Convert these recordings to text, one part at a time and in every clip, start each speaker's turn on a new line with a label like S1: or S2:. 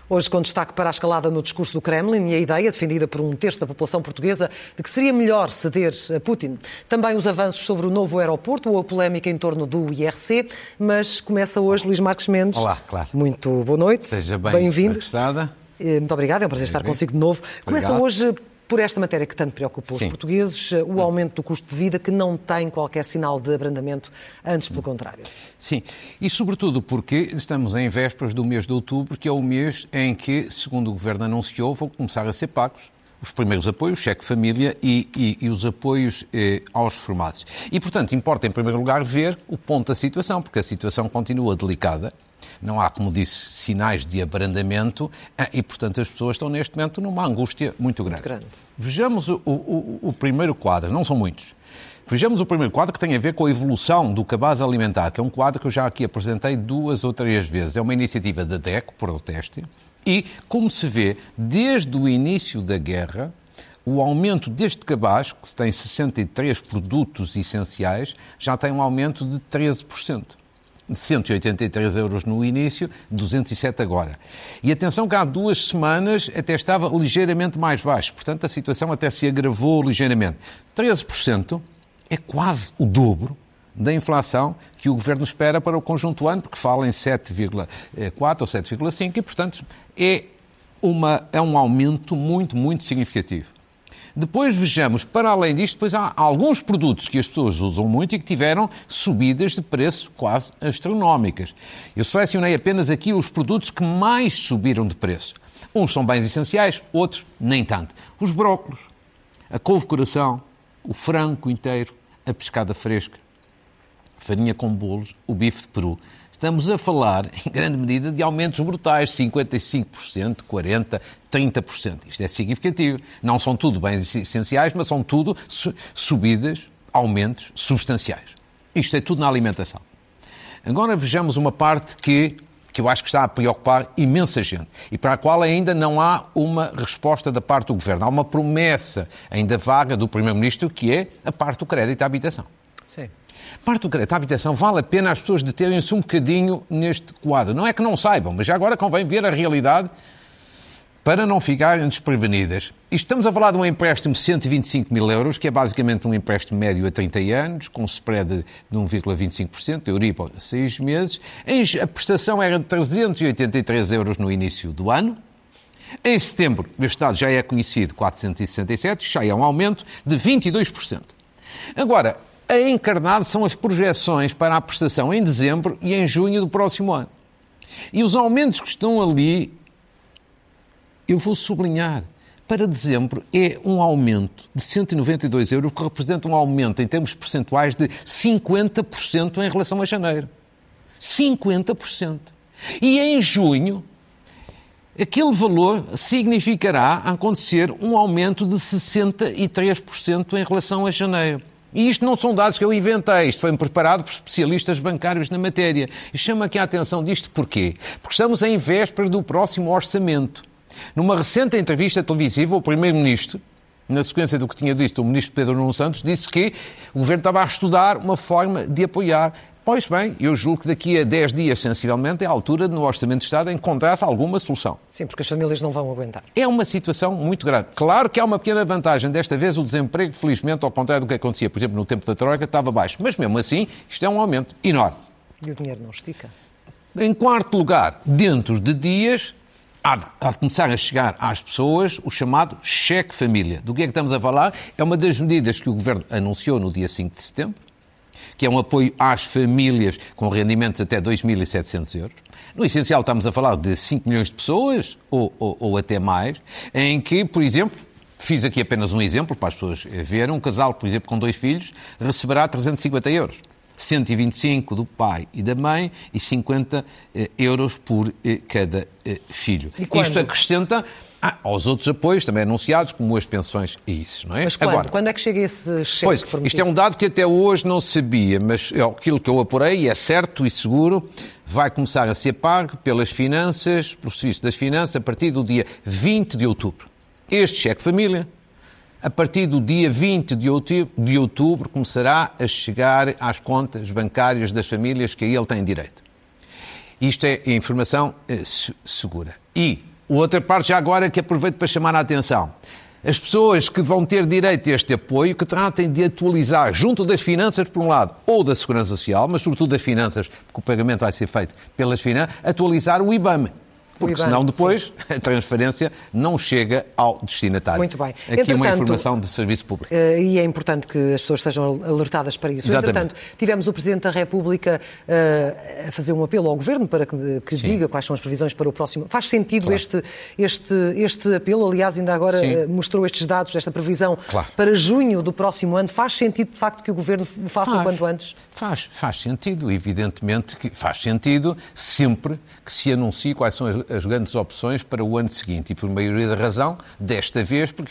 S1: Hoje, com destaque para a escalada no discurso do Kremlin e a ideia, defendida por um terço da população portuguesa, de que seria melhor ceder a Putin. Também os avanços sobre o novo aeroporto ou a polémica em torno do IRC. Mas começa hoje Luís Marques Mendes.
S2: Olá, claro.
S1: Muito boa noite.
S2: Seja
S1: bem-vindo. Muito obrigado, é um prazer estar consigo de novo. Começa hoje por esta matéria que tanto preocupa os portugueses, o aumento do custo de vida, que não tem qualquer sinal de abrandamento, antes pelo contrário.
S2: Sim, e sobretudo porque estamos em vésperas do mês de outubro, que é o mês em que, segundo o Governo anunciou, vão começar a ser pagos os primeiros apoios, cheque família e os apoios aos reformados. E, portanto, importa, em primeiro lugar, ver o ponto da situação, porque a situação continua delicada. Não há, como disse, sinais de abrandamento e, portanto, as pessoas estão neste momento numa angústia muito grande. Vejamos o primeiro quadro, não são muitos. Vejamos o primeiro quadro, que tem a ver com a evolução do cabaz alimentar, que é um quadro que eu já aqui apresentei 2 ou 3 vezes. É uma iniciativa da DECO, Proteste, e, como se vê, desde o início da guerra, o aumento deste cabaz, que tem 63 produtos essenciais, já tem um aumento de 13%. De 183 euros no início, 207 agora. E atenção que há 2 semanas até estava ligeiramente mais baixo, portanto a situação até se agravou ligeiramente. 13% é quase o dobro da inflação que o Governo espera para o conjunto do ano, porque fala em 7,4 ou 7,5 e, portanto, é um aumento muito, muito significativo. Depois vejamos, para além disto, depois há alguns produtos que as pessoas usam muito e que tiveram subidas de preço quase astronómicas. Eu selecionei apenas aqui os produtos que mais subiram de preço. Uns são bens essenciais, outros nem tanto. Os brócolos, a couve-coração, o frango inteiro, a pescada fresca, farinha com bolos, o bife de peru. Estamos a falar, em grande medida, de aumentos brutais, 55%, 40%, 30%. Isto é significativo. Não são tudo bens essenciais, mas são tudo subidas, aumentos substanciais. Isto é tudo na alimentação. Agora vejamos uma parte que eu acho que está a preocupar imensa gente e para a qual ainda não há uma resposta da parte do Governo. Há uma promessa ainda vaga do Primeiro-Ministro, que é a parte do crédito à habitação.
S1: Sim.
S2: Parte do crédito à habitação vale a pena as pessoas deterem-se um bocadinho neste quadro. Não é que não saibam, mas já agora convém ver a realidade para não ficarem desprevenidas. E estamos a falar de um empréstimo de 125 mil euros, que é basicamente um empréstimo médio a 30 anos, com spread de 1,25%, Euribor a 6 meses. A prestação era de 383 euros no início do ano. Em setembro, este dado já é conhecido, 467, já é um aumento de 22%. Agora, a encarnado são as projeções para a prestação em dezembro e em junho do próximo ano. E os aumentos que estão ali, eu vou sublinhar, para dezembro é um aumento de 192 euros, que representa um aumento em termos percentuais de 50% em relação a janeiro. 50%. E em junho, aquele valor significará acontecer um aumento de 63% em relação a janeiro. E isto não são dados que eu inventei, isto foi preparado por especialistas bancários na matéria. E chama aqui a atenção disto porquê? Porque estamos em véspera do próximo orçamento. Numa recente entrevista televisiva, o Primeiro-Ministro, na sequência do que tinha dito o Ministro Pedro Nuno Santos, disse que o Governo estava a estudar uma forma de apoiar. Pois bem, eu julgo que daqui a 10 dias, sensivelmente, é a altura de, no Orçamento de Estado, encontrar-se alguma solução.
S1: Sim, porque as famílias não vão aguentar.
S2: É uma situação muito grande. Claro que há uma pequena vantagem. Desta vez o desemprego, felizmente, ao contrário do que acontecia, por exemplo, no tempo da Troika, estava baixo. Mas mesmo assim, isto é um aumento enorme.
S1: E o dinheiro não estica?
S2: Em quarto lugar, dentro de dias, há de começar a chegar às pessoas o chamado cheque família. Do que é que estamos a falar? É uma das medidas que o Governo anunciou no dia 5 de setembro, que é um apoio às famílias com rendimentos até 2.700 euros. No essencial estamos a falar de 5 milhões de pessoas, ou até mais, em que, por exemplo, fiz aqui apenas um exemplo para as pessoas verem, um casal, por exemplo, com 2 filhos, receberá 350 euros. 125 do pai e da mãe e 50 euros por cada filho. Isto acrescenta aos outros apoios também anunciados, como as pensões e isso, não é?
S1: Mas quando? Agora, quando é que chega esse cheque?
S2: Pois, isto é um dado que até hoje não sabia, mas aquilo que eu apurei, é certo e seguro, vai começar a ser pago pelas finanças, pelo Serviço das Finanças, a partir do dia 20 de outubro. Este cheque família, a partir do dia 20 de outubro, começará a chegar às contas bancárias das famílias que a ele têm direito. Isto é informação segura. E Outra parte, já agora, que aproveito para chamar a atenção. As pessoas que vão ter direito a este apoio, que tratem de atualizar junto das finanças, por um lado, ou da Segurança Social, mas sobretudo das finanças, porque o pagamento vai ser feito pelas finanças, atualizar o IBAN. Porque senão depois a transferência não chega ao destinatário.
S1: Muito bem.
S2: Aqui uma informação de serviço público.
S1: E é importante que as pessoas sejam alertadas para isso.
S2: Exatamente.
S1: Entretanto, tivemos o Presidente da República a fazer um apelo ao Governo para que diga quais são as previsões para o próximo... Faz sentido este apelo? Aliás, ainda agora mostrou estes dados, esta previsão para junho do próximo ano. Faz sentido, de facto, que o Governo o faça o quanto antes?
S2: Faz sentido, evidentemente que faz sentido sempre que se anuncie quais são as grandes opções para o ano seguinte. E por maioria da razão, desta vez, porque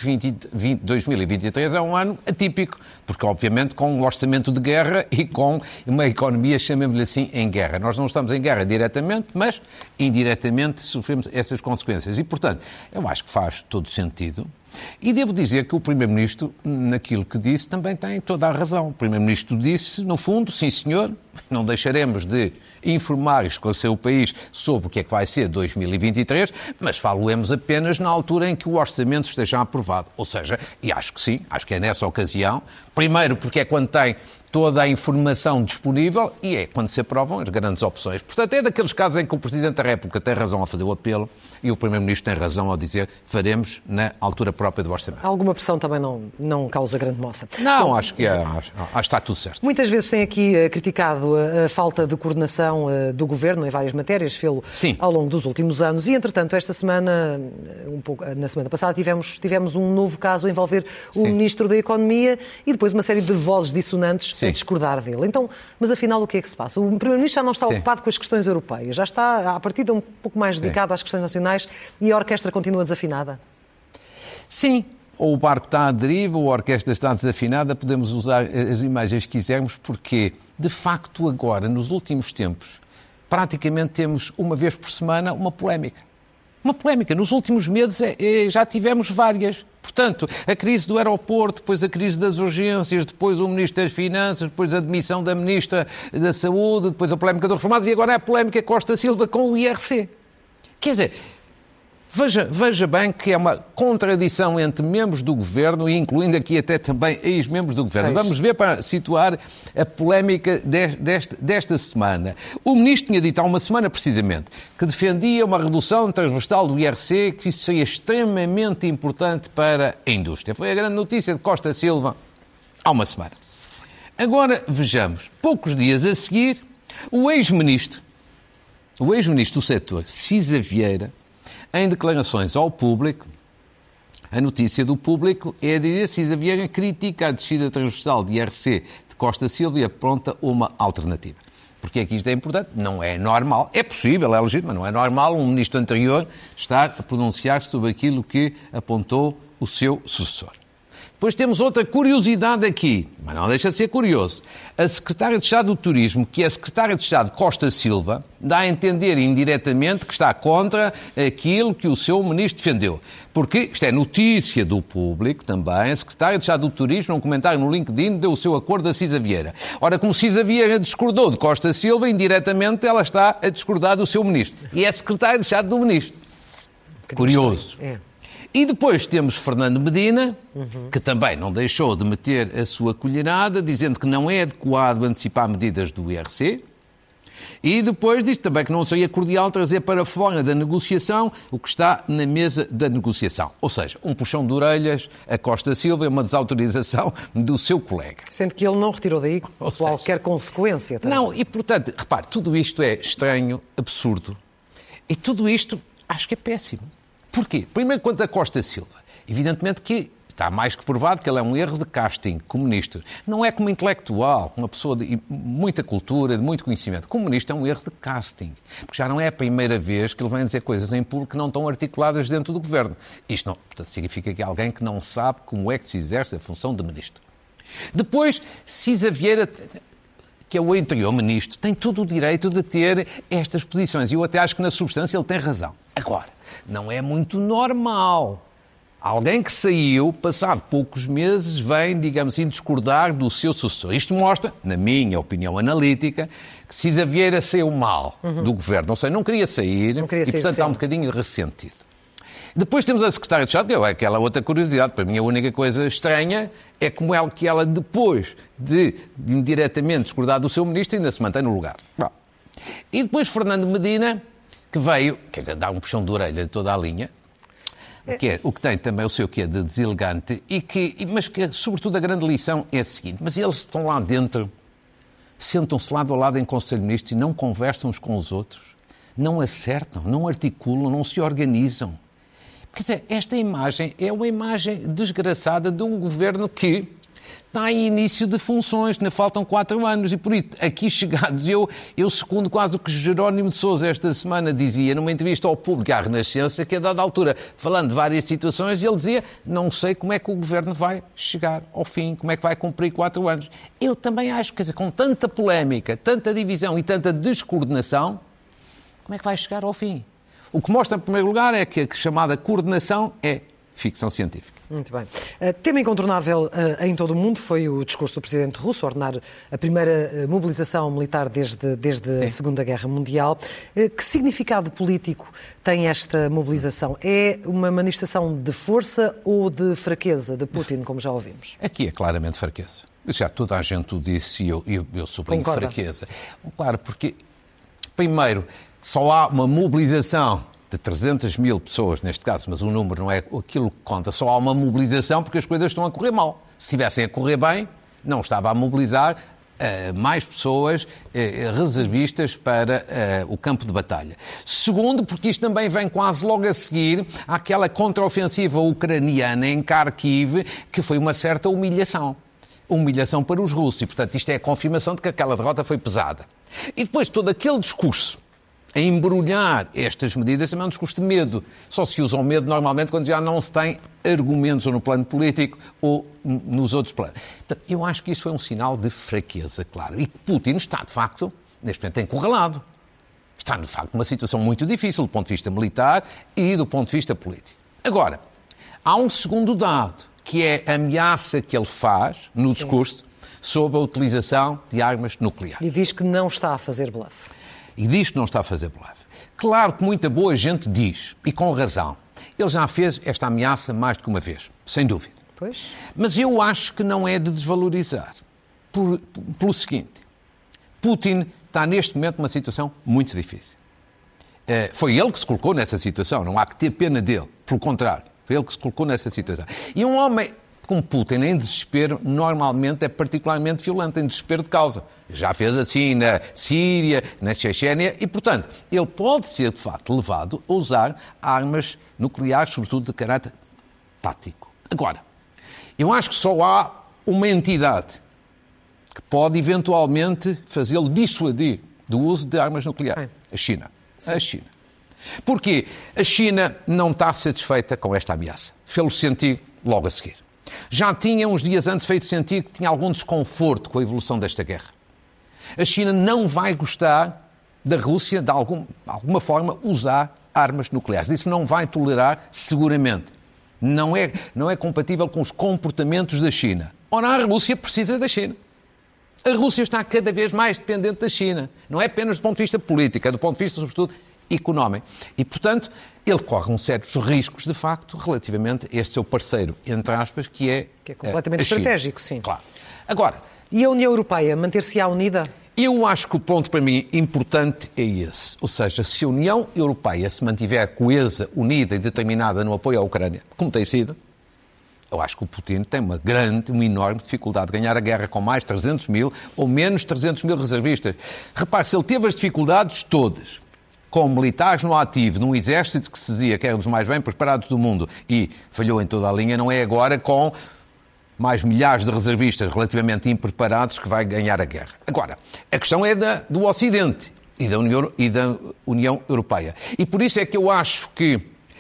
S2: 2023 é um ano atípico, porque obviamente com um orçamento de guerra e com uma economia, chamemos-lhe assim, em guerra. Nós não estamos em guerra diretamente, mas indiretamente sofremos essas consequências. E, portanto, eu acho que faz todo sentido. E devo dizer que o Primeiro-Ministro, naquilo que disse, também tem toda a razão. O Primeiro-Ministro disse, no fundo, sim senhor, não deixaremos de informar e esclarecer o país sobre o que é que vai ser 2023, mas faloemos apenas na altura em que o orçamento esteja aprovado. Ou seja, e acho que sim, acho que é nessa ocasião, primeiro porque é quando tem toda a informação disponível e é quando se aprovam as grandes opções. Portanto, é daqueles casos em que o Presidente da República tem razão ao fazer o apelo e o Primeiro-Ministro tem razão ao dizer faremos na altura própria do orçamento.
S1: Alguma pressão também não causa grande moça.
S2: Não, acho que está tudo certo.
S1: Muitas vezes tem aqui criticado a falta de coordenação do Governo em várias matérias, fê-lo ao longo dos últimos anos e, entretanto, esta semana, na semana passada, tivemos um novo caso a envolver o Ministro da Economia e depois uma série de vozes dissonantes a discordar dele. Então, mas afinal o que é que se passa? O Primeiro-Ministro já não está ocupado com as questões europeias, já está, à partida, um pouco mais dedicado às questões nacionais e a orquestra continua desafinada?
S2: Sim. Ou o barco está à deriva, ou a orquestra está desafinada, podemos usar as imagens que quisermos, porque, de facto, agora, nos últimos tempos, praticamente temos, uma vez por semana, uma polémica. Uma polémica. Nos últimos meses já tivemos várias. Portanto, a crise do aeroporto, depois a crise das urgências, depois o Ministro das Finanças, depois a demissão da Ministra da Saúde, depois a polémica dos reformados e agora a polémica Costa Silva com o IRC. Quer dizer, veja bem que é uma contradição entre membros do Governo e incluindo aqui até também ex-membros do Governo. Vamos ver para situar a polémica desta semana. O Ministro tinha dito há uma semana precisamente que defendia uma redução transversal do IRC, que isso seria extremamente importante para a indústria. Foi a grande notícia de Costa Silva há uma semana. Agora vejamos, poucos dias a seguir, o ex-ministro do setor, Cisa Vieira, em declarações ao público, a notícia do público é de Cisa Vieira critica a descida transversal de IRC de Costa Silva e aponta uma alternativa. Porque é que isto é importante? Não é normal, é possível, é legítimo, mas não é normal um ministro anterior estar a pronunciar-se sobre aquilo que apontou o seu sucessor. Depois temos outra curiosidade aqui, mas não deixa de ser curioso. A Secretária de Estado do Turismo, que é a Secretária de Estado Costa Silva, dá a entender indiretamente que está contra aquilo que o seu ministro defendeu. Porque, isto é notícia do público também, a Secretária de Estado do Turismo, num comentário no LinkedIn, deu o seu acordo a Cisa Vieira. Ora, como Cisa Vieira discordou de Costa Silva, indiretamente ela está a discordar do seu ministro. E é a Secretária de Estado do ministro. Curioso. E depois temos Fernando Medina, que também não deixou de meter a sua colherada, dizendo que não é adequado antecipar medidas do IRC. E depois diz também que não seria cordial trazer para fora da negociação o que está na mesa da negociação. Ou seja, um puxão de orelhas a Costa Silva e uma desautorização do seu colega.
S1: Sendo que ele não retirou daí qualquer consequência. Também.
S2: Não, e portanto, repare, tudo isto é estranho, absurdo. E tudo isto acho que é péssimo. Porquê? Primeiro, quanto a Costa Silva. Evidentemente que está mais que provado que ele é um erro de casting como ministro. Não é como intelectual, uma pessoa de muita cultura, de muito conhecimento. Como ministro é um erro de casting. Porque já não é a primeira vez que ele vem dizer coisas em público que não estão articuladas dentro do governo. Isto não, portanto, significa que é alguém que não sabe como é que se exerce a função de ministro. Depois, Cisa Vieira, que é o anterior ministro, tem todo o direito de ter estas posições. E eu até acho que na substância ele tem razão. Agora, não é muito normal. Alguém que saiu, passado poucos meses, vem, digamos assim, discordar do seu sucessor. Isto mostra, na minha opinião analítica, que Cisa Vieira saiu mal do governo. Ou seja, não queria sair e, portanto, está um bocadinho ressentido. Depois temos a secretária de Estado, que é aquela outra curiosidade. Para mim, a única coisa estranha é como é que ela, depois de indiretamente discordar do seu ministro, ainda se mantém no lugar. Bom. E depois Fernando Medina, que veio, quer dizer, dar um puxão de orelha de toda a linha, o que tem também o seu quê de deselegante, mas que, sobretudo, a grande lição é a seguinte: mas eles estão lá dentro, sentam-se lado a lado em Conselho de Ministros e não conversam uns com os outros, não acertam, não articulam, não se organizam. Quer dizer, esta imagem é uma imagem desgraçada de um governo que está em início de funções, ainda faltam 4 anos, e por isso, aqui chegados, eu secundo quase o que Jerónimo de Sousa esta semana dizia numa entrevista ao Público à Renascença, que a dada altura, falando de várias situações, ele dizia: não sei como é que o governo vai chegar ao fim, como é que vai cumprir 4 anos. Eu também acho, quer dizer, com tanta polémica, tanta divisão e tanta descoordenação, como é que vai chegar ao fim? O que mostra, em primeiro lugar, é que a chamada coordenação é ficção científica.
S1: Muito bem. Tema incontornável em todo o mundo foi o discurso do presidente russo, a ordenar a primeira mobilização militar desde a Segunda Guerra Mundial. Que significado político tem esta mobilização? É uma manifestação de força ou de fraqueza de Putin, como já ouvimos?
S2: Aqui é claramente fraqueza. Já toda a gente o disse e eu sublinho fraqueza. Claro, porque, primeiro, só há uma mobilização de 300 mil pessoas, neste caso, mas o número não é aquilo que conta. Só há uma mobilização porque as coisas estão a correr mal. Se estivessem a correr bem, não estava a mobilizar mais pessoas reservistas para o campo de batalha. Segundo, porque isto também vem quase logo a seguir àquela contraofensiva ucraniana em Kharkiv, que foi uma certa humilhação. Humilhação para os russos. E, portanto, isto é a confirmação de que aquela derrota foi pesada. E depois todo aquele discurso a embrulhar estas medidas também é um discurso de medo. Só se usa o medo normalmente quando já não se tem argumentos ou no plano político ou nos outros planos. Portanto, eu acho que isso foi um sinal de fraqueza, claro. E Putin está, de facto, neste momento encurralado. Está, de facto, numa situação muito difícil do ponto de vista militar e do ponto de vista político. Agora, há um segundo dado, que é a ameaça que ele faz no discurso sobre a utilização de armas nucleares.
S1: E diz que não está a fazer bluff.
S2: E diz que não está a fazer bluff. Claro que muita boa gente diz, e com razão, ele já fez esta ameaça mais do que uma vez, sem dúvida.
S1: Pois.
S2: Mas eu acho que não é de desvalorizar. Pelo seguinte, Putin está neste momento numa situação muito difícil. Foi ele que se colocou nessa situação, não há que ter pena dele, pelo contrário, foi ele que se colocou nessa situação. E um homem como Putin, em desespero, normalmente é particularmente violento, em desespero de causa. Já fez assim na Síria, na Chechênia, e, portanto, ele pode ser, de facto, levado a usar armas nucleares, sobretudo de caráter tático. Agora, eu acho que só há uma entidade que pode, eventualmente, fazê-lo dissuadir do uso de armas nucleares. A China. Sim. A China. Porquê? A China não está satisfeita com esta ameaça. Fê-lo sentir logo a seguir. Já tinha, uns dias antes, feito sentir que tinha algum desconforto com a evolução desta guerra. A China não vai gostar da Rússia, de alguma forma, usar armas nucleares. Isso não vai tolerar, seguramente. Não é compatível com os comportamentos da China. Ora, a Rússia precisa da China. A Rússia está cada vez mais dependente da China. Não é apenas do ponto de vista político, é do ponto de vista, sobretudo, económico. E, portanto, ele corre uns certos riscos, de facto, relativamente a este seu parceiro, entre aspas, que é
S1: completamente estratégico, sim.
S2: Claro. Agora,
S1: e a União Europeia manter-se-á unida?
S2: Eu acho que o ponto, para mim, importante é esse. Ou seja, se a União Europeia se mantiver coesa, unida e determinada no apoio à Ucrânia, como tem sido, eu acho que o Putin tem uma enorme dificuldade de ganhar a guerra com mais 300 mil ou menos 300 mil reservistas. Repare, se ele teve as dificuldades todas, com militares no ativo, num exército que se dizia que era um dos mais bem preparados do mundo e falhou em toda a linha, não é agora com mais milhares de reservistas relativamente impreparados que vai ganhar a guerra. Agora, a questão é do Ocidente e da União Europeia. E por isso é que eu acho que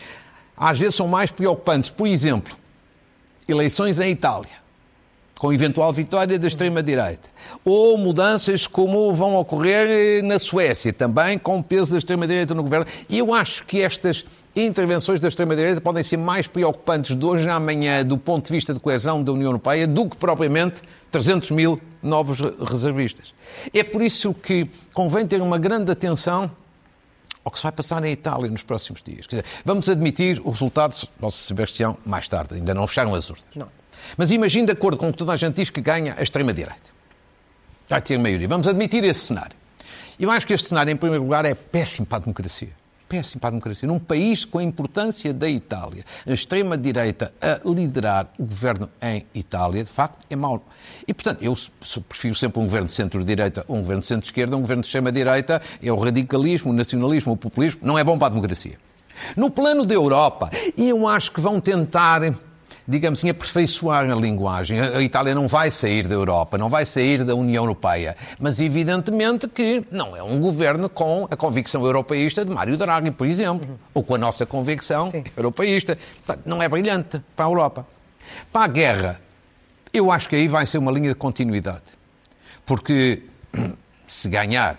S2: às vezes são mais preocupantes, por exemplo, eleições em Itália, com eventual vitória da extrema-direita, ou mudanças como vão ocorrer na Suécia, também com o peso da extrema-direita no governo. E eu acho que estas intervenções da extrema-direita podem ser mais preocupantes de hoje a amanhã do ponto de vista de coesão da União Europeia do que propriamente 300 mil novos reservistas. É por isso que convém ter uma grande atenção ao que se vai passar na Itália nos próximos dias. Quer dizer, vamos admitir o resultado, Vossa Sebastião, mais tarde. Ainda não fecharam as urnas.
S1: Não.
S2: Mas imagine, de acordo com o que toda a gente diz, que ganha a extrema-direita. Vai ter maioria. Vamos admitir esse cenário. Eu acho que este cenário, em primeiro lugar, é péssimo para a democracia. Péssimo para a democracia. Num país com a importância da Itália, a extrema-direita a liderar o governo em Itália, de facto, é mau. E, portanto, eu prefiro sempre um governo de centro-direita ou um governo de centro-esquerda. Um governo de extrema-direita é o radicalismo, o nacionalismo, o populismo. Não é bom para a democracia. No plano da Europa, eu acho que vão tentar, digamos assim, aperfeiçoar a linguagem. A Itália não vai sair da Europa, não vai sair da União Europeia, mas evidentemente que não é um governo com a convicção europeísta de Mário Draghi, por exemplo, ou com a nossa convicção europeísta. Não é brilhante para a Europa. Para a guerra, eu acho que aí vai ser uma linha de continuidade, porque se ganhar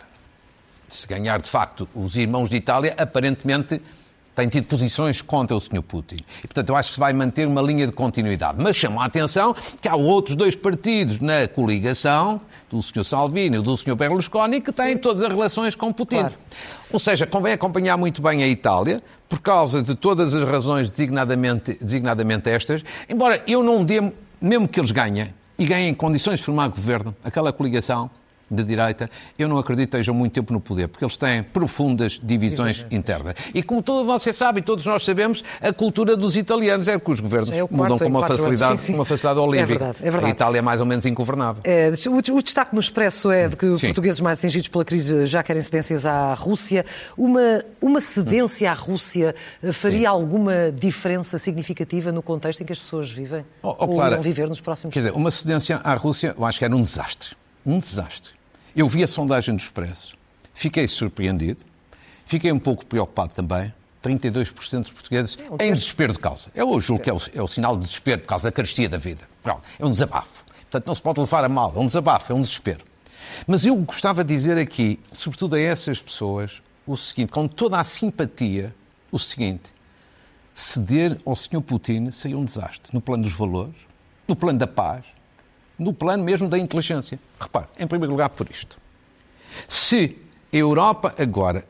S2: de facto os irmãos de Itália, aparentemente tem tido posições contra o Sr. Putin. E, portanto, eu acho que se vai manter uma linha de continuidade. Mas chama a atenção que há outros dois partidos na coligação, do Sr. Salvini e do Sr. Berlusconi, que têm todas as relações com Putin. Claro. Ou seja, convém acompanhar muito bem a Itália, por causa de todas as razões designadamente estas, embora eu não dê, mesmo que eles ganhem, e ganhem condições de formar governo, aquela coligação de direita, eu não acredito que estejam muito tempo no poder, porque eles têm profundas divisões internas. E como todos vocês sabem, todos nós sabemos, a cultura dos italianos é que os governos mudam com uma facilidade olímpica.
S1: É verdade.
S2: A Itália é mais ou menos ingovernável.
S1: O destaque no Expresso é de que os portugueses mais atingidos pela crise já querem cedências à Rússia. Uma cedência à Rússia faria alguma diferença significativa no contexto em que as pessoas vivem? Ou irão viver nos próximos tempos?
S2: Quer dizer, uma cedência à Rússia, eu acho que era um desastre. Um desastre. Eu vi a sondagem do Expresso, fiquei surpreendido, fiquei um pouco preocupado também. 32% dos portugueses em desespero de causa. Eu julgo que é o sinal de desespero por causa da carestia da vida. É um desabafo. Portanto, não se pode levar a mal. É um desabafo, é um desespero. Mas eu gostava de dizer aqui, sobretudo a essas pessoas, o seguinte, com toda a simpatia, o seguinte: ceder ao Sr. Putin seria um desastre no plano dos valores, no plano da paz, no plano mesmo da inteligência. Repare, em primeiro lugar por isto. Se a Europa agora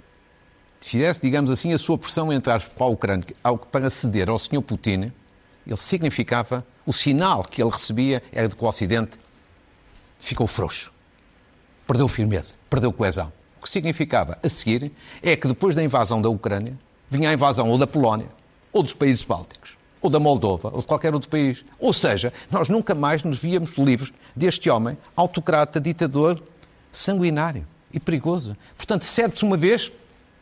S2: fizesse, digamos assim, a sua pressão entre para a Ucrânia para ceder ao Sr. Putin, ele significava, o sinal que ele recebia era de que o Ocidente ficou frouxo, perdeu firmeza, perdeu coesão. O que significava, a seguir, é que depois da invasão da Ucrânia, vinha a invasão ou da Polónia, ou dos países bálticos, ou da Moldova, ou de qualquer outro país. Ou seja, nós nunca mais nos víamos livres deste homem, autocrata, ditador, sanguinário e perigoso. Portanto, cede-se uma vez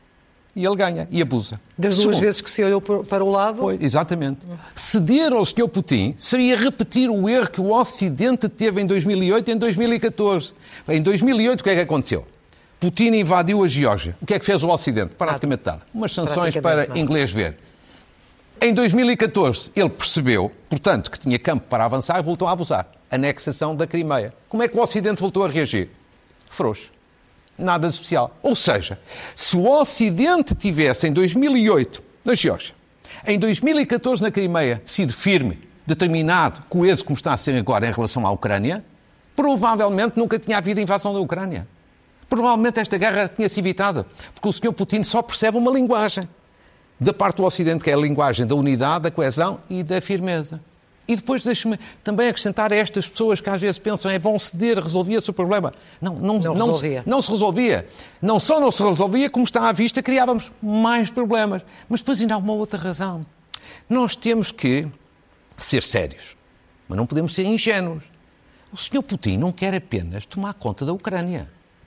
S2: e ele ganha e abusa.
S1: Das duas vezes que se olhou para o lado...
S2: Foi, exatamente. Ceder ao Sr. Putin seria repetir o erro que o Ocidente teve em 2008 e em 2014. Em 2008, o que é que aconteceu? Putin invadiu a Geórgia. O que é que fez o Ocidente? Praticamente nada. Umas sanções para inglês ver. Em 2014, ele percebeu, portanto, que tinha campo para avançar e voltou a abusar. Anexação da Crimeia. Como é que o Ocidente voltou a reagir? Frouxo. Nada de especial. Ou seja, se o Ocidente tivesse, em 2008, na Geórgia, em 2014, na Crimeia, sido firme, determinado, coeso, como está a ser agora em relação à Ucrânia, provavelmente nunca tinha havido invasão da Ucrânia. Provavelmente esta guerra tinha-se evitado, porque o Sr. Putin só percebe uma linguagem da parte do Ocidente, que é a linguagem da unidade, da coesão e da firmeza. E depois deixe-me também acrescentar a estas pessoas que às vezes pensam é bom ceder, resolvia-se o problema. Não se resolvia. Não só não se resolvia, como está à vista, criávamos mais problemas. Mas depois ainda há uma outra razão. Nós temos que ser sérios, mas não podemos ser ingênuos. O Sr. Putin não quer apenas tomar conta da Ucrânia.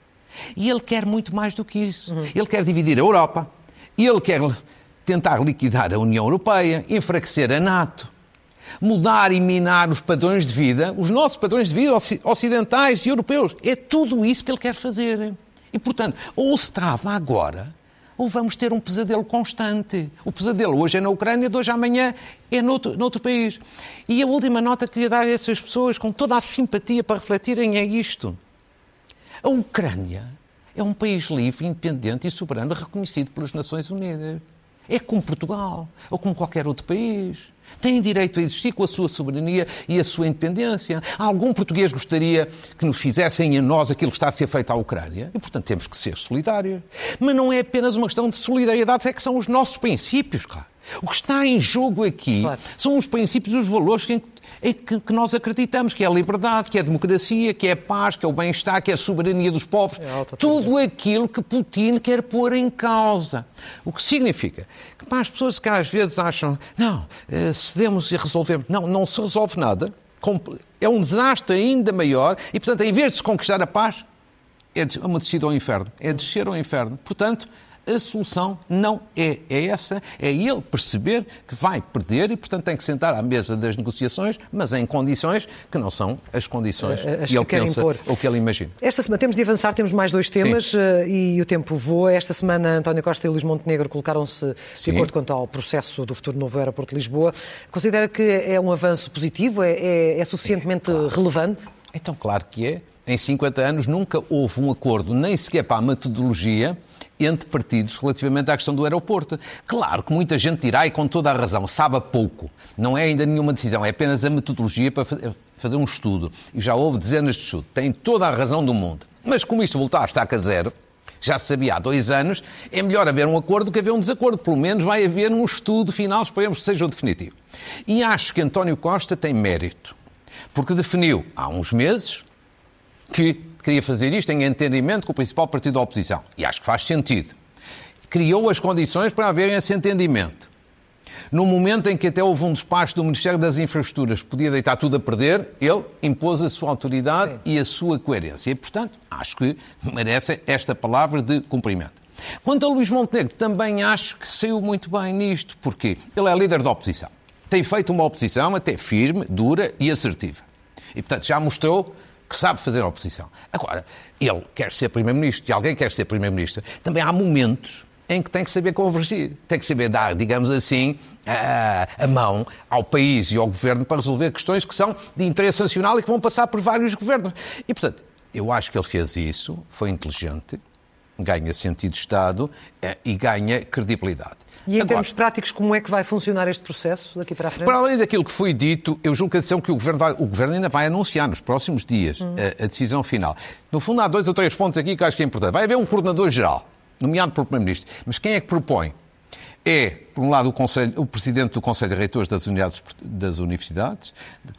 S2: E ele quer muito mais do que isso. Ele quer dividir a Europa. Ele quer tentar liquidar a União Europeia, enfraquecer a NATO, mudar e minar os padrões de vida, os nossos padrões de vida ocidentais e europeus. É tudo isso que ele quer fazer. E, portanto, ou se trava agora, ou vamos ter um pesadelo constante. O pesadelo hoje é na Ucrânia, de hoje à amanhã é noutro país. E a última nota que queria dar a essas pessoas, com toda a simpatia para refletirem, é isto. A Ucrânia é um país livre, independente e soberano reconhecido pelas Nações Unidas. É como Portugal, ou como qualquer outro país. Têm direito a existir com a sua soberania e a sua independência. Algum português gostaria que nos fizessem a nós aquilo que está a ser feito à Ucrânia? E, portanto, temos que ser solidários. Mas não é apenas uma questão de solidariedade, é que são os nossos princípios, claro. O que está em jogo aqui são os princípios e os valores que nós acreditamos, que é a liberdade, que é a democracia, que é a paz, que é o bem-estar, que é a soberania dos povos. Tudo aquilo que Putin quer pôr em causa. O que significa que para as pessoas que às vezes acham, não, cedemos e resolvemos. Não se resolve nada. É um desastre ainda maior e, portanto, em vez de se conquistar a paz, é uma descida ao inferno. É descer ao inferno. Portanto, a solução não é essa, é ele perceber que vai perder e, portanto, tem que sentar à mesa das negociações, mas em condições que não são as condições que ele pensa ou que ele imagina.
S1: Esta semana temos de avançar, temos mais 2 temas e o tempo voa. Esta semana, António Costa e Luís Montenegro colocaram-se de acordo quanto ao processo do futuro novo aeroporto de Lisboa. Considera que é um avanço positivo? É suficientemente relevante?
S2: Então, claro que é. Em 50 anos nunca houve um acordo, nem sequer para a metodologia, entre partidos relativamente à questão do aeroporto. Claro que muita gente dirá, e com toda a razão, sabe a pouco. Não é ainda nenhuma decisão, é apenas a metodologia para fazer um estudo. E já houve dezenas de estudos. Tem toda a razão do mundo. Mas como isto voltar a estar a zero, já se sabia há 2 anos, é melhor haver um acordo do que haver um desacordo. Pelo menos vai haver um estudo final, esperemos que seja o definitivo. E acho que António Costa tem mérito, porque definiu há uns meses que queria fazer isto em entendimento com o principal partido da oposição. E acho que faz sentido. Criou as condições para haver esse entendimento. No momento em que até houve um despacho do Ministério das Infraestruturas que podia deitar tudo a perder, ele impôs a sua autoridade e a sua coerência. E, portanto, acho que merece esta palavra de cumprimento. Quanto a Luís Montenegro, também acho que saiu muito bem nisto. Porquê? Ele é líder da oposição. Tem feito uma oposição até firme, dura e assertiva. E, portanto, já mostrou que sabe fazer a oposição. Agora, ele quer ser Primeiro-Ministro e alguém quer ser Primeiro-Ministro. Também há momentos em que tem que saber convergir, tem que saber dar, digamos assim, a mão ao país e ao Governo para resolver questões que são de interesse nacional e que vão passar por vários governos. E, portanto, eu acho que ele fez isso, foi inteligente, ganha sentido de Estado e ganha credibilidade.
S1: E em termos práticos, como é que vai funcionar este processo daqui para a frente?
S2: Para além daquilo que foi dito, eu julgo que o Governo ainda vai anunciar nos próximos dias a decisão final. No fundo, há 2 ou 3 pontos aqui que eu acho que é importante. Vai haver um coordenador geral, nomeado pelo Primeiro-Ministro. Mas quem é que propõe? É, por um lado, o Presidente do Conselho de Reitores das Universidades,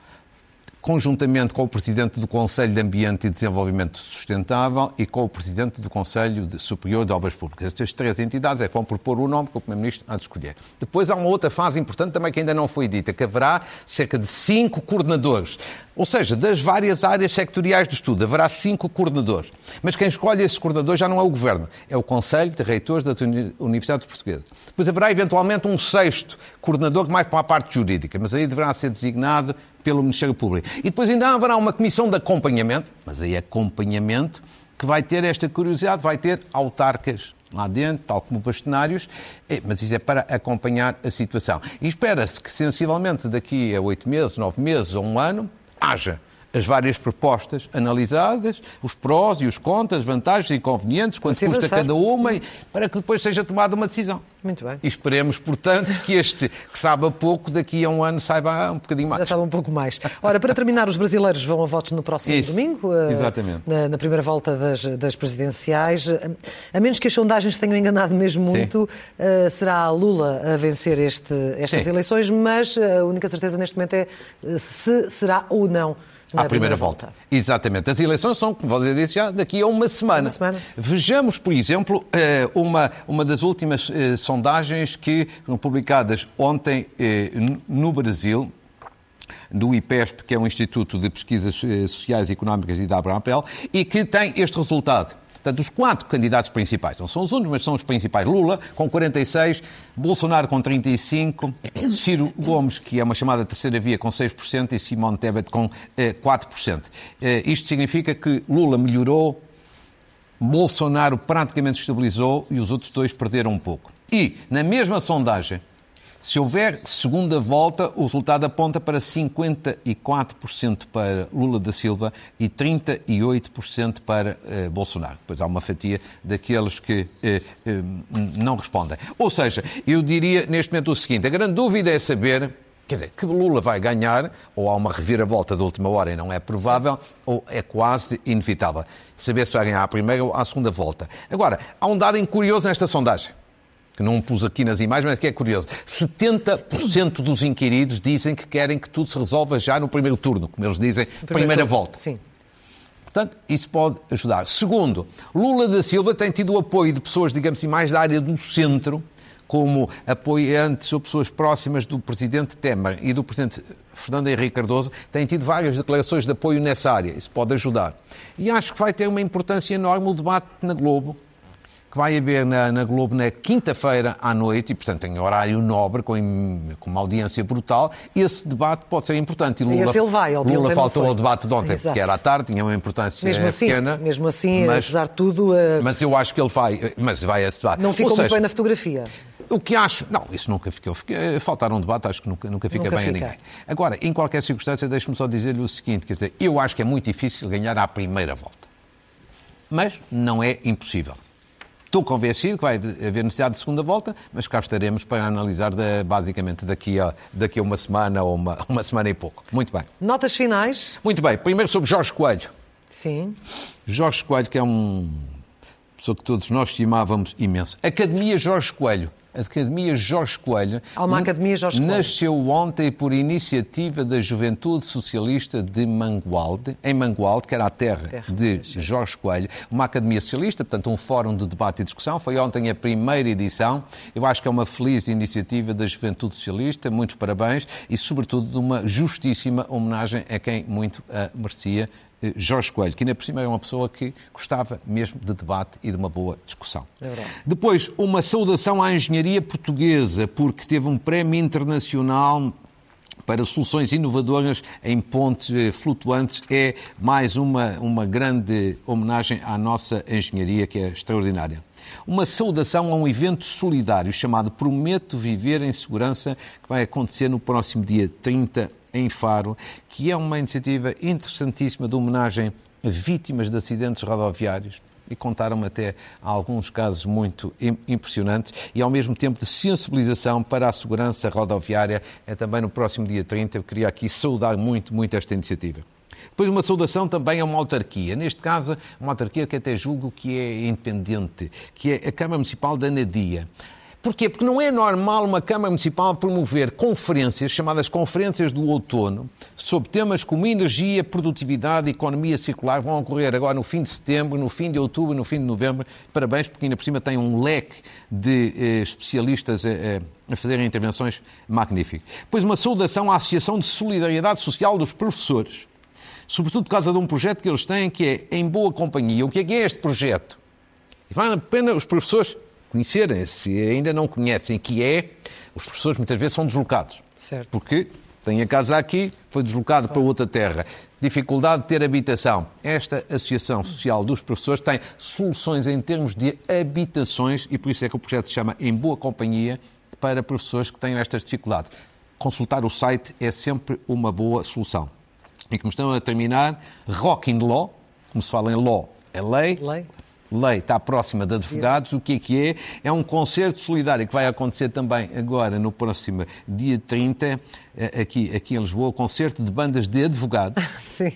S2: conjuntamente com o Presidente do Conselho de Ambiente e Desenvolvimento Sustentável e com o Presidente do Conselho Superior de Obras Públicas. Estas 3 entidades é que vão propor o nome que o Primeiro-Ministro há de escolher. Depois há uma outra fase importante também que ainda não foi dita, que haverá cerca de 5 coordenadores. Ou seja, das várias áreas sectoriais do estudo, haverá 5 coordenadores. Mas quem escolhe esses coordenadores já não é o Governo, é o Conselho de Reitores das Universidades Portuguesas. Depois haverá eventualmente um 6º coordenador, mais para a parte jurídica, mas aí deverá ser designado pelo Ministério Público. E depois ainda haverá uma comissão de acompanhamento, mas aí acompanhamento, que vai ter esta curiosidade, vai ter autarcas lá dentro, tal como bastonários, mas isso é para acompanhar a situação. E espera-se que, sensivelmente, daqui a 8 meses, 9 meses ou 1 ano, haja as várias propostas analisadas, os prós e os contras, as vantagens e inconvenientes, quanto custa cada uma, para que depois seja tomada uma decisão.
S1: Muito bem.
S2: E esperemos, portanto, que este, que sabe pouco, daqui a 1 ano saiba um bocadinho mais.
S1: Já sabe um pouco mais. Ora, para terminar, os brasileiros vão a votos no próximo domingo, na primeira volta das presidenciais. A menos que as sondagens tenham enganado mesmo muito, será Lula a vencer estas eleições, mas a única certeza neste momento é se será ou não
S2: à primeira volta. Exatamente. As eleições são, como você disse já, daqui a uma semana. Vejamos, por exemplo, uma das últimas sondagens que foram publicadas ontem no Brasil, do IPESP, que é um Instituto de Pesquisas Sociais e Económicas e da Abrampel, e que tem este resultado. Portanto, os 4 candidatos principais, não são os únicos, mas são os principais. Lula, com 46%, Bolsonaro, com 35%, Ciro Gomes, que é uma chamada terceira via, com 6%, e Simone Tebet, com 4%. Isto significa que Lula melhorou, Bolsonaro praticamente estabilizou e os outros 2 perderam um pouco. E, na mesma sondagem, se houver segunda volta, o resultado aponta para 54% para Lula da Silva e 38% para Bolsonaro. Depois há uma fatia daqueles que não respondem. Ou seja, eu diria neste momento o seguinte, a grande dúvida é saber Quer dizer, que Lula vai ganhar, ou há uma reviravolta de última hora e não é provável, ou é quase inevitável. Saber se vai ganhar à primeira ou à segunda volta. Agora, há um dado curioso nesta sondagem, que não pus aqui nas imagens, mas que é curioso. 70% dos inquiridos dizem que querem que tudo se resolva já no primeiro turno, como eles dizem, primeira volta.
S1: Sim.
S2: Portanto, isso pode ajudar. Segundo, Lula da Silva tem tido o apoio de pessoas, digamos assim, mais da área do centro, como apoiantes ou pessoas próximas do Presidente Temer e do Presidente Fernando Henrique Cardoso, têm tido várias declarações de apoio nessa área. Isso pode ajudar. E acho que vai ter uma importância enorme o debate na Globo, que vai haver na Globo na quinta-feira à noite, e, portanto, em horário nobre, com uma audiência brutal. Esse debate pode ser importante. E Lula faltou ao debate de ontem, porque era à tarde, tinha uma importância pequena.
S1: Mesmo assim, apesar de tudo...
S2: Mas eu acho que ele vai a esse debate.
S1: Não ficou muito bem na fotografia.
S2: O que acho... Não, isso nunca ficou. Faltar um debate, acho que nunca fica bem a ninguém. Agora, em qualquer circunstância, deixe-me só dizer-lhe o seguinte, quer dizer, eu acho que é muito difícil ganhar à primeira volta. Mas não é impossível. Estou convencido que vai haver necessidade de segunda volta, mas cá estaremos para analisar basicamente daqui a uma semana ou uma semana e pouco. Muito bem.
S1: Notas finais?
S2: Muito bem. Primeiro sobre Jorge Coelho.
S1: Sim.
S2: Jorge Coelho, que é uma pessoa que todos nós estimávamos imenso. Academia Jorge Coelho. Academia Jorge Coelho.
S1: Há uma Academia Jorge Coelho.
S2: Nasceu ontem por iniciativa da Juventude Socialista de Mangualde, em Mangualde, que era a terra de Jorge Coelho. Uma academia socialista, portanto um fórum de debate e discussão. Foi ontem a primeira edição. Eu acho que é uma feliz iniciativa da Juventude Socialista. Muitos parabéns e, sobretudo, de uma justíssima homenagem a quem muito a merecia, Jorge Coelho, que ainda por cima é uma pessoa que gostava mesmo de debate e de uma boa discussão. Depois, uma saudação à engenharia portuguesa, porque teve um prémio internacional para soluções inovadoras em pontes flutuantes. É mais uma grande homenagem à nossa engenharia, que é extraordinária. Uma saudação a um evento solidário chamado Prometo Viver em Segurança, que vai acontecer no próximo dia 30 em Faro, que é uma iniciativa interessantíssima de homenagem a vítimas de acidentes rodoviários. E contaram-me até alguns casos muito impressionantes e, ao mesmo tempo, de sensibilização para a segurança rodoviária. É também no próximo dia 30. Eu queria aqui saudar muito esta iniciativa. Depois, uma saudação também a uma autarquia. Neste caso, uma autarquia que até julgo que é independente, que é a Câmara Municipal da Anadia. Porquê? Porque não é normal uma Câmara Municipal promover conferências, chamadas Conferências do Outono, sobre temas como energia, produtividade e economia circular. Vão ocorrer agora no fim de setembro, no fim de outubro e no fim de novembro. Parabéns, porque ainda por cima tem um leque de especialistas a fazerem intervenções magníficas. Depois, uma saudação à Associação de Solidariedade Social dos Professores, sobretudo por causa de um projeto que eles têm, que é Em Boa Companhia. O que é este projeto? E vale a pena os professores conhecerem, se ainda não conhecem, que é, os professores muitas vezes são deslocados.
S1: Certo.
S2: Porque tem a casa aqui, foi deslocado para outra terra. Dificuldade de ter habitação. Esta Associação Social dos Professores tem soluções em termos de habitações e por isso é que o projeto se chama Em Boa Companhia para professores que tenham estas dificuldades. Consultar o site é sempre uma boa solução. E como estão a terminar, Rock in Law, como se fala em law, é lei. Lei está próxima de advogados. O que é? É um concerto solidário que vai acontecer também agora no próximo dia 30, aqui em Lisboa, concerto de bandas de advogados.
S1: Sim.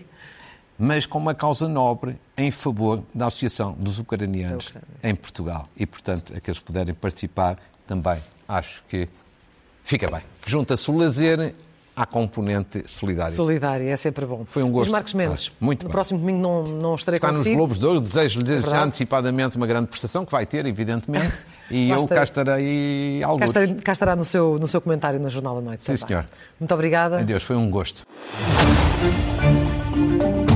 S2: Mas com uma causa nobre em favor da Associação dos Ucranianos em Portugal. E, portanto, aqueles que puderem participar também acho que fica bem. Junta-se o lazer à componente solidária.
S1: Solidária, é sempre bom.
S2: Foi um gosto.
S1: Luís Marques Mendes,
S2: muito
S1: no
S2: bem.
S1: Próximo domingo não estarei consigo.
S2: Está nos Globos de Ouro, desejo-lhe já antecipadamente uma grande prestação, que vai ter, evidentemente, e eu cá estarei alguns.
S1: Cá estará no seu comentário no Jornal da Noite.
S2: Sim, senhor.
S1: Muito obrigada.
S2: Adeus, foi um gosto.